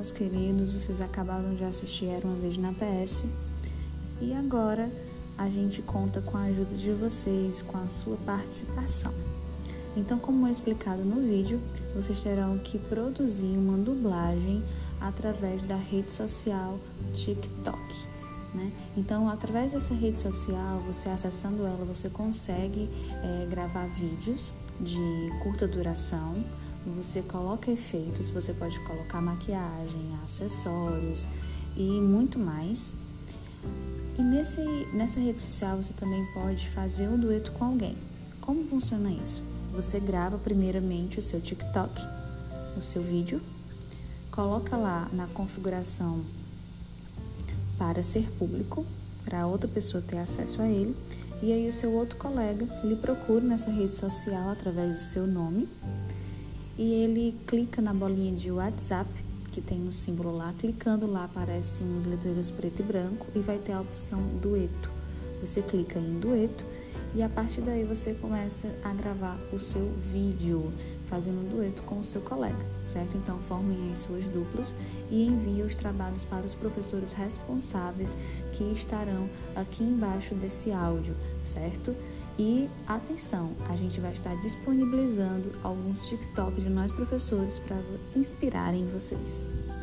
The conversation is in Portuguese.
meus queridos, vocês acabaram de assistir Era Uma Vez na PS e agora a gente conta com a ajuda de vocês, com a sua participação. Então, como é explicado no vídeo, vocês terão que produzir uma dublagem através da rede social TikTok, né? Então, através dessa rede social, você acessando ela, você consegue gravar vídeos de curta duração. Você coloca efeitos, você pode colocar maquiagem, acessórios e muito mais. E nessa rede social você também pode fazer um dueto com alguém. Como funciona isso? Você grava primeiramente o seu TikTok, o seu vídeo, coloca lá na configuração para ser público, para outra pessoa ter acesso a ele, e aí o seu outro colega lhe procura nessa rede social através do seu nome, e ele clica na bolinha de WhatsApp, que tem no símbolo lá, clicando lá aparecem uns letreiros preto e branco e vai ter a opção dueto. Você clica em dueto e a partir daí você começa a gravar o seu vídeo, fazendo um dueto com o seu colega, certo? Então formem as suas duplas e enviem os trabalhos para os professores responsáveis que estarão aqui embaixo desse áudio, certo? E atenção, a gente vai estar disponibilizando alguns TikToks de nós professores para inspirarem vocês.